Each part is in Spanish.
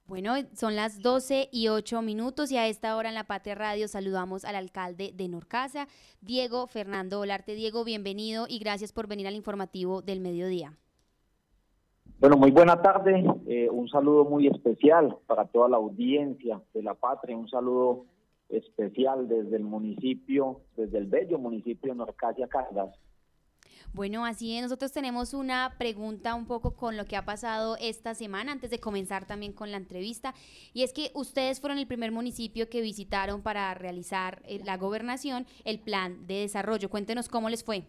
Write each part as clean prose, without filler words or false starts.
Bueno, son las 12:08 y a esta hora en La Patria Radio saludamos al alcalde de Norcasia, Diego Fernando Olarte. Diego, bienvenido y gracias por venir al informativo del mediodía. Bueno, muy buena tarde, un saludo muy especial para toda la audiencia de La Patria, un saludo especial desde el municipio, desde el bello municipio de Norcasia, Caldas. Bueno, así es, nosotros tenemos una pregunta un poco con lo que ha pasado esta semana, antes de comenzar también con la entrevista, y es que ustedes fueron el primer municipio que visitaron para realizar la gobernación, el plan de desarrollo. Cuéntenos cómo les fue.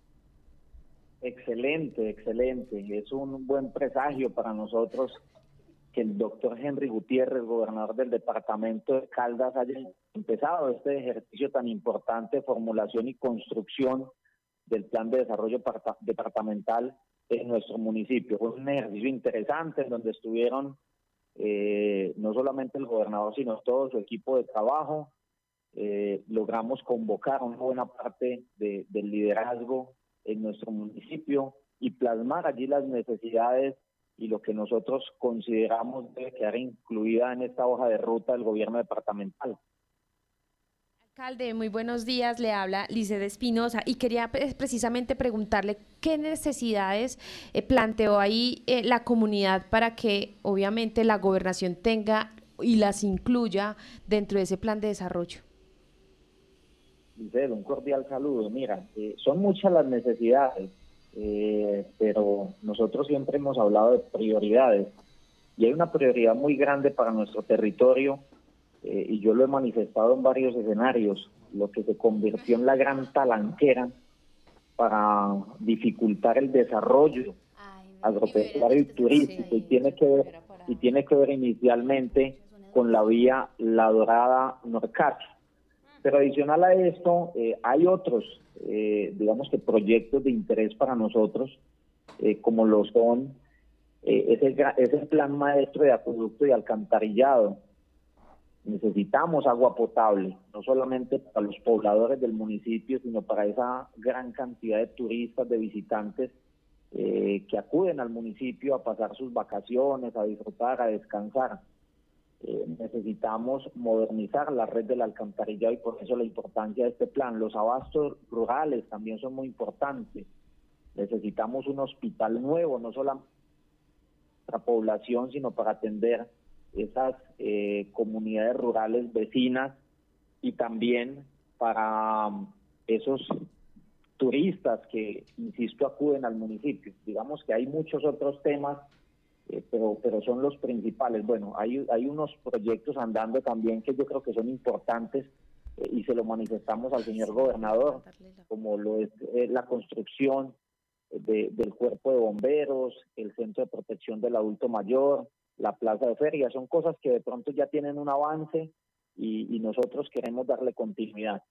Excelente, excelente, es un buen presagio para nosotros que el doctor Henry Gutiérrez, gobernador del departamento de Caldas, haya empezado este ejercicio tan importante de formulación y construcción del plan de desarrollo departamental en nuestro municipio. Fue un ejercicio interesante en donde estuvieron no solamente el gobernador, sino todo su equipo de trabajo. Logramos convocar una buena parte del liderazgo en nuestro municipio y plasmar allí las necesidades y lo que nosotros consideramos debe quedar incluida en esta hoja de ruta del gobierno departamental. Alcalde, muy buenos días, le habla Licede Espinosa y quería precisamente preguntarle qué necesidades planteó ahí la comunidad para que obviamente la gobernación tenga y las incluya dentro de ese plan de desarrollo. Licede, un cordial saludo. Mira, son muchas las necesidades, pero nosotros siempre hemos hablado de prioridades y hay una prioridad muy grande para nuestro territorio. Y yo lo he manifestado en varios escenarios, lo que se convirtió en la gran talanquera para dificultar el desarrollo agropecuario y turístico, y tiene que ver inicialmente con la vía La Dorada-Norcasia. Pero adicional a esto, hay otros, digamos que proyectos de interés para nosotros, como lo son ese plan maestro de acueducto y alcantarillado. Necesitamos agua potable, no solamente para los pobladores del municipio, sino para esa gran cantidad de turistas, de visitantes que acuden al municipio a pasar sus vacaciones, a disfrutar, a descansar. Necesitamos modernizar la red del alcantarillado y por eso la importancia de este plan. Los abastos rurales también son muy importantes. Necesitamos un hospital nuevo, no solamente para la población, sino para atender esas comunidades rurales vecinas y también para esos turistas que, insisto, acuden al municipio. Digamos que hay muchos otros temas, pero son los principales. Bueno, hay unos proyectos andando también que yo creo que son importantes y se lo manifestamos al señor gobernador, como lo es la construcción del cuerpo de bomberos, el centro de protección del adulto mayor, la plaza de feria. Son cosas que de pronto ya tienen un avance y nosotros queremos darle continuidad.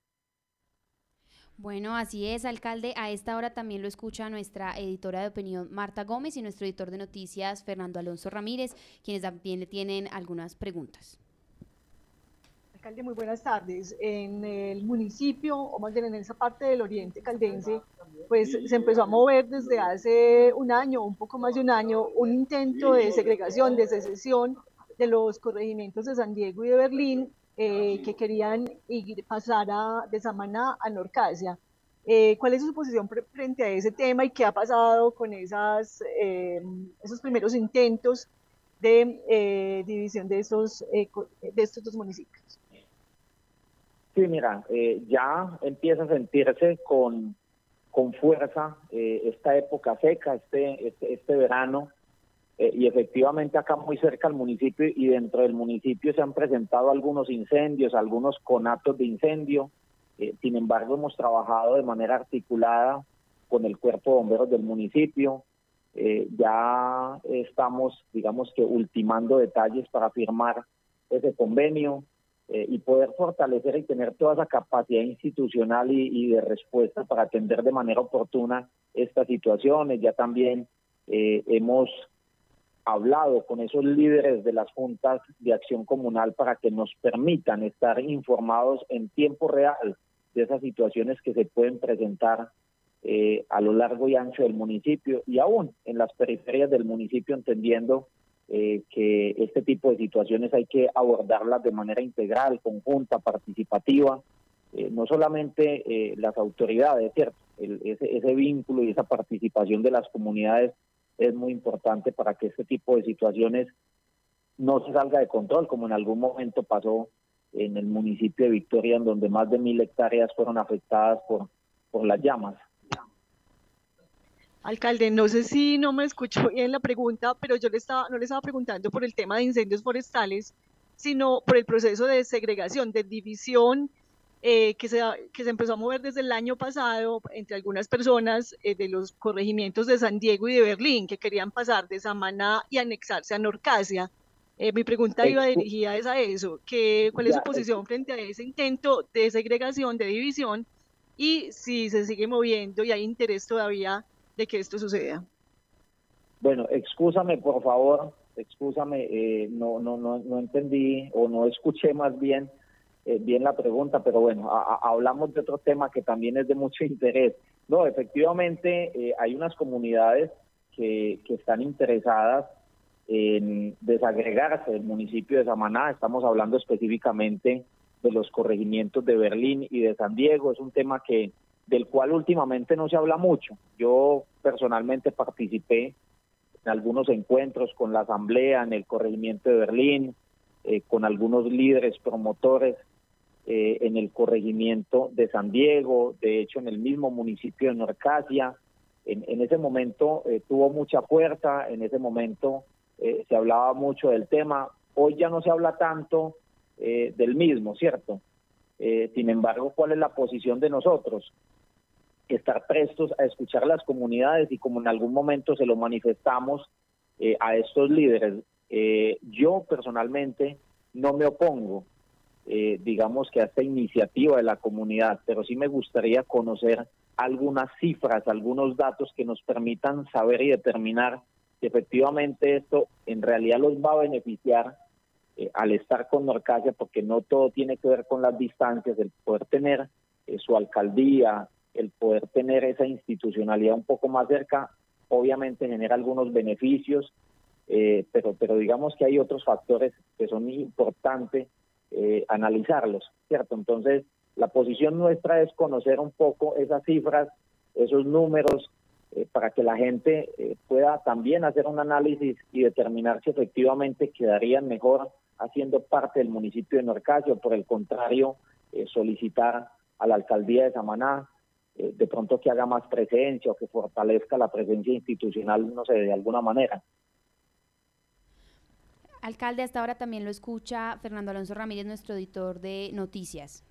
Bueno, así es, alcalde. A esta hora también lo escucha nuestra editora de opinión, Marta Gómez, y nuestro editor de noticias, Fernando Alonso Ramírez, quienes también le tienen algunas preguntas. Alcalde, muy buenas tardes. En el municipio, o más bien en esa parte del oriente caldense, pues se empezó a mover desde hace un año, un poco más de un año, un intento de segregación, de secesión de los corregimientos de San Diego y de Berlín, que querían pasar de Samaná a Norcasia. ¿Cuál es su posición frente a ese tema y qué ha pasado con esos primeros intentos de división de estos dos municipios? Sí, mira, ya empieza a sentirse con fuerza esta época seca, este verano, y efectivamente acá muy cerca al municipio y dentro del municipio se han presentado algunos incendios, algunos conatos de incendio. Sin embargo, hemos trabajado de manera articulada con el cuerpo de bomberos del municipio. Ya estamos, digamos que ultimando detalles para firmar ese convenio y poder fortalecer y tener toda esa capacidad institucional y de respuesta para atender de manera oportuna estas situaciones. Ya también hemos hablado con esos líderes de las juntas de acción comunal para que nos permitan estar informados en tiempo real de esas situaciones que se pueden presentar a lo largo y ancho del municipio y aún en las periferias del municipio, entendiendo que este tipo de situaciones hay que abordarlas de manera integral, conjunta, participativa, no solamente las autoridades, ¿cierto? Ese vínculo y esa participación de las comunidades es muy importante para que este tipo de situaciones no se salga de control, como en algún momento pasó en el municipio de Victoria, en donde más de 1.000 hectáreas fueron afectadas por las llamas. Alcalde, no sé si no me escuchó bien la pregunta, pero no le estaba preguntando por el tema de incendios forestales, sino por el proceso de segregación, de división que se empezó a mover desde el año pasado entre algunas personas de los corregimientos de San Diego y de Berlín, que querían pasar de Samaná y anexarse a Norcasia. Mi pregunta iba dirigida es a eso, ¿cuál es su posición frente a ese intento de segregación, de división, y si se sigue moviendo y hay interés todavía de que esto suceda? Bueno, excúsame, por favor, no entendí o no escuché más bien la pregunta, pero bueno, hablamos de otro tema que también es de mucho interés. No, efectivamente, hay unas comunidades que están interesadas en desagregarse del municipio de Samaná. Estamos hablando específicamente de los corregimientos de Berlín y de San Diego. Es un tema del cual últimamente no se habla mucho. Yo personalmente participé en algunos encuentros con la asamblea en el corregimiento de Berlín, con algunos líderes promotores en el corregimiento de San Diego, de hecho en el mismo municipio de Norcasia. En ese momento tuvo mucha fuerza, en ese momento se hablaba mucho del tema. Hoy ya no se habla tanto del mismo, ¿cierto? Sin embargo, ¿cuál es la posición de nosotros? Estar prestos a escuchar a las comunidades, y como en algún momento se lo manifestamos a estos líderes, yo personalmente no me opongo, digamos que a esta iniciativa de la comunidad, pero sí me gustaría conocer algunas cifras, algunos datos que nos permitan saber y determinar si efectivamente esto en realidad los va a beneficiar al estar con Norcasia, porque no todo tiene que ver con las distancias. El poder tener su alcaldía, el poder tener esa institucionalidad un poco más cerca, obviamente genera algunos beneficios, pero digamos que hay otros factores que son importantes analizarlos, ¿cierto? Entonces, la posición nuestra es conocer un poco esas cifras, esos números, para que la gente pueda también hacer un análisis y determinar si efectivamente quedarían mejor haciendo parte del municipio de Norcasia, o por el contrario, solicitar a la alcaldía de Samaná de pronto que haga más presencia o que fortalezca la presencia institucional, no sé, de alguna manera. Alcalde, hasta ahora también lo escucha Fernando Alonso Ramírez, nuestro editor de noticias.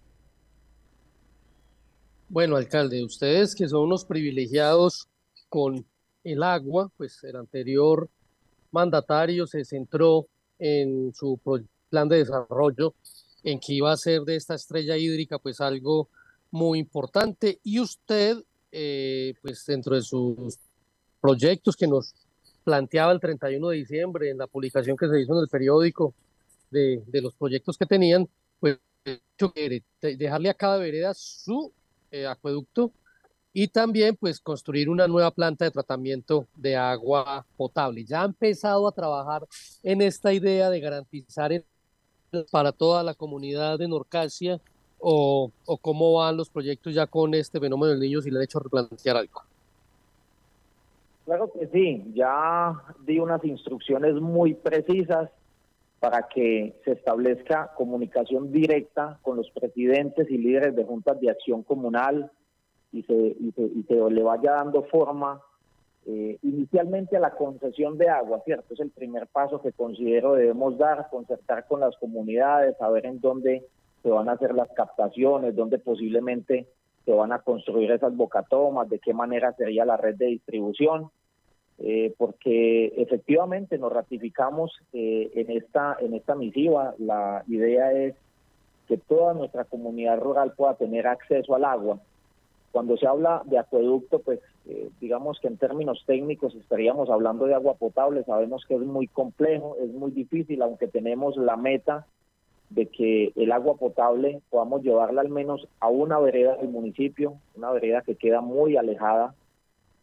Bueno, alcalde, ustedes que son unos privilegiados con el agua, pues el anterior mandatario se centró en su plan de desarrollo, en que iba a hacer de esta estrella hídrica pues algo muy importante, y usted pues dentro de sus proyectos que nos planteaba el 31 de diciembre en la publicación que se hizo en el periódico de los proyectos que tenían, pues dejarle a cada vereda su acueducto, y también pues construir una nueva planta de tratamiento de agua potable. ¿Ya ha empezado a trabajar en esta idea de garantizar para toda la comunidad de Norcasia, o cómo van los proyectos ya con este fenómeno del Niño, si le han hecho replantear algo? Claro que sí, ya di unas instrucciones muy precisas para que se establezca comunicación directa con los presidentes y líderes de juntas de acción comunal, y se le vaya dando forma inicialmente a la concesión de agua, ¿cierto? Es el primer paso que considero debemos dar, concertar con las comunidades, saber en dónde se van a hacer las captaciones, dónde posiblemente se van a construir esas bocatomas, de qué manera sería la red de distribución, porque efectivamente nos ratificamos en esta misiva. La idea es que toda nuestra comunidad rural pueda tener acceso al agua. Cuando se habla de acueducto, pues digamos que en términos técnicos estaríamos hablando de agua potable. Sabemos que es muy complejo, es muy difícil, aunque tenemos la meta de que el agua potable podamos llevarla al menos a una vereda del municipio, una vereda que queda muy alejada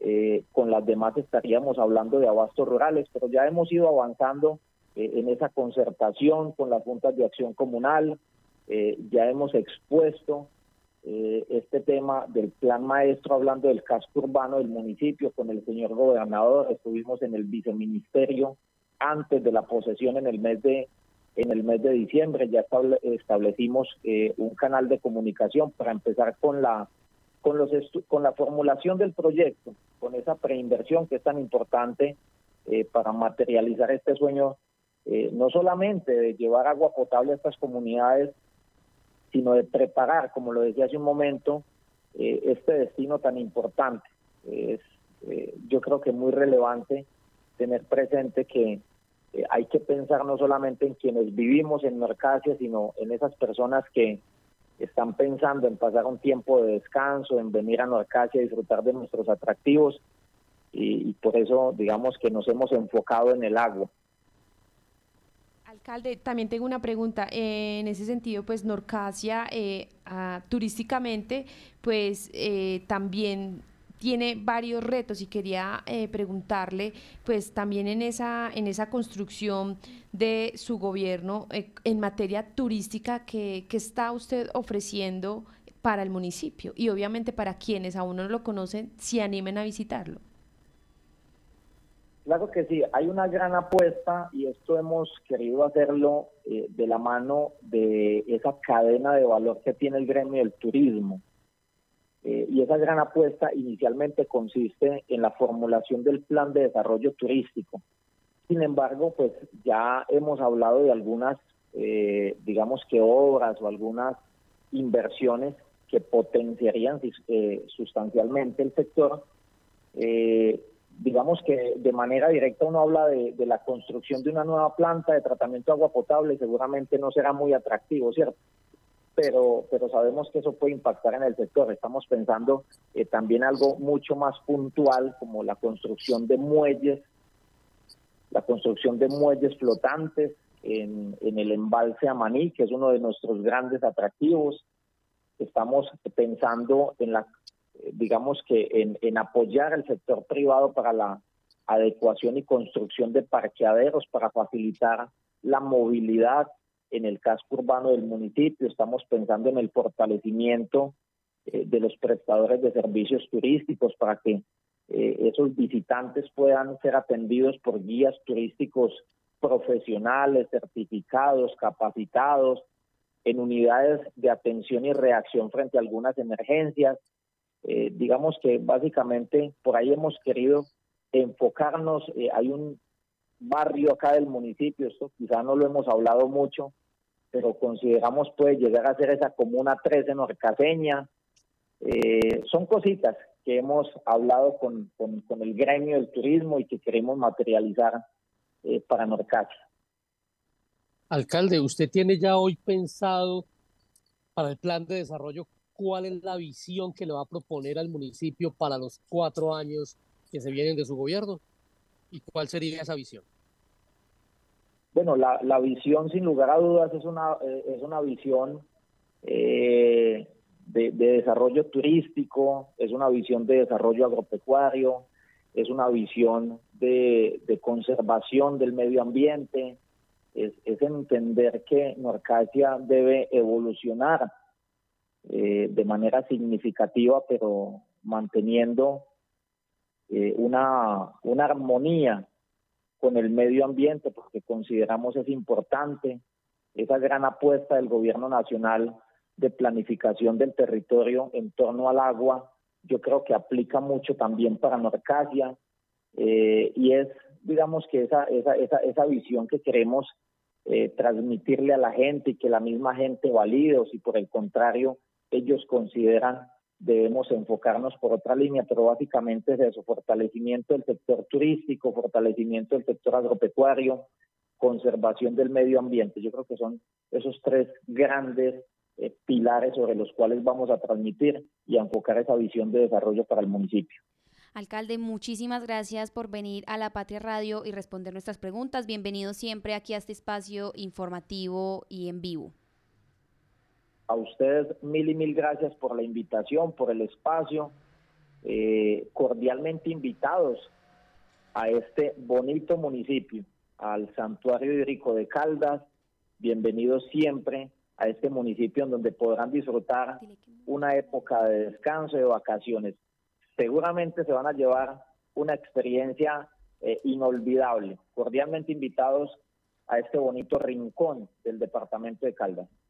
con las demás estaríamos hablando de abastos rurales, pero ya hemos ido avanzando en esa concertación con las juntas de acción comunal, ya hemos expuesto este tema del plan maestro, hablando del casco urbano del municipio con el señor gobernador. Estuvimos en el viceministerio antes de la posesión en el mes de diciembre. Ya establecimos un canal de comunicación para empezar con la formulación del proyecto, con esa preinversión que es tan importante para materializar este sueño, no solamente de llevar agua potable a estas comunidades, sino de preparar, como lo decía hace un momento, este destino tan importante. Yo creo que es muy relevante tener presente que hay que pensar no solamente en quienes vivimos en Norcasia, sino en esas personas que están pensando en pasar un tiempo de descanso, en venir a Norcasia a disfrutar de nuestros atractivos, y por eso digamos que nos hemos enfocado en el agua. Alcalde, también tengo una pregunta. En ese sentido, pues Norcasia turísticamente, pues también tiene varios retos y quería preguntarle, pues también en esa construcción de su gobierno en materia turística, ¿qué está usted ofreciendo para el municipio? Y obviamente para quienes aún no lo conocen, se animen a visitarlo. Claro que sí, hay una gran apuesta y esto hemos querido hacerlo de la mano de esa cadena de valor que tiene el gremio del turismo. Y esa gran apuesta inicialmente consiste en la formulación del plan de desarrollo turístico. Sin embargo, pues ya hemos hablado de algunas, digamos que obras o algunas inversiones que potenciarían sustancialmente el sector. Digamos que de manera directa uno habla de la construcción de una nueva planta de tratamiento de agua potable, seguramente no será muy atractivo, ¿cierto? Pero sabemos que eso puede impactar en el sector. Estamos pensando también algo mucho más puntual, como la construcción de muelles flotantes en el embalse Amaní, que es uno de nuestros grandes atractivos. Estamos pensando en apoyar al sector privado para la adecuación y construcción de parqueaderos para facilitar la movilidad en el casco urbano del municipio. Estamos pensando en el fortalecimiento de los prestadores de servicios turísticos para que esos visitantes puedan ser atendidos por guías turísticos profesionales, certificados, capacitados, en unidades de atención y reacción frente a algunas emergencias. Digamos que básicamente por ahí hemos querido enfocarnos. Hay un barrio acá del municipio, esto quizá no lo hemos hablado mucho, pero consideramos puede llegar a ser esa comuna 13 norcaseña. Son cositas que hemos hablado con el gremio del turismo y que queremos materializar para Norcasia. Alcalde, ¿usted tiene ya hoy pensado para el plan de desarrollo cuál es la visión que le va a proponer al municipio para los 4 años que se vienen de su gobierno? ¿Y cuál sería esa visión? Bueno, la visión, sin lugar a dudas, es una visión de desarrollo turístico, es una visión de desarrollo agropecuario, es una visión de conservación del medio ambiente, es entender que Norcasia debe evolucionar de manera significativa, pero manteniendo una armonía con el medio ambiente, porque consideramos es importante esa gran apuesta del gobierno nacional de planificación del territorio en torno al agua. Yo creo que aplica mucho también para Norcasia, y es, digamos que esa visión que queremos transmitirle a la gente y que la misma gente valide, o si por el contrario ellos consideran debemos enfocarnos por otra línea, pero básicamente es eso: fortalecimiento del sector turístico, fortalecimiento del sector agropecuario, conservación del medio ambiente. Yo creo que son esos 3 grandes pilares sobre los cuales vamos a transmitir y a enfocar esa visión de desarrollo para el municipio. Alcalde, muchísimas gracias por venir a La Patria Radio y responder nuestras preguntas. Bienvenido siempre aquí a este espacio informativo y en vivo. A ustedes mil y mil gracias por la invitación, por el espacio. cordialmente invitados a este bonito municipio, al Santuario Hídrico de Caldas. Bienvenidos siempre a este municipio en donde podrán disfrutar una época de descanso, de vacaciones. Seguramente se van a llevar una experiencia inolvidable. Cordialmente invitados a este bonito rincón del departamento de Caldas.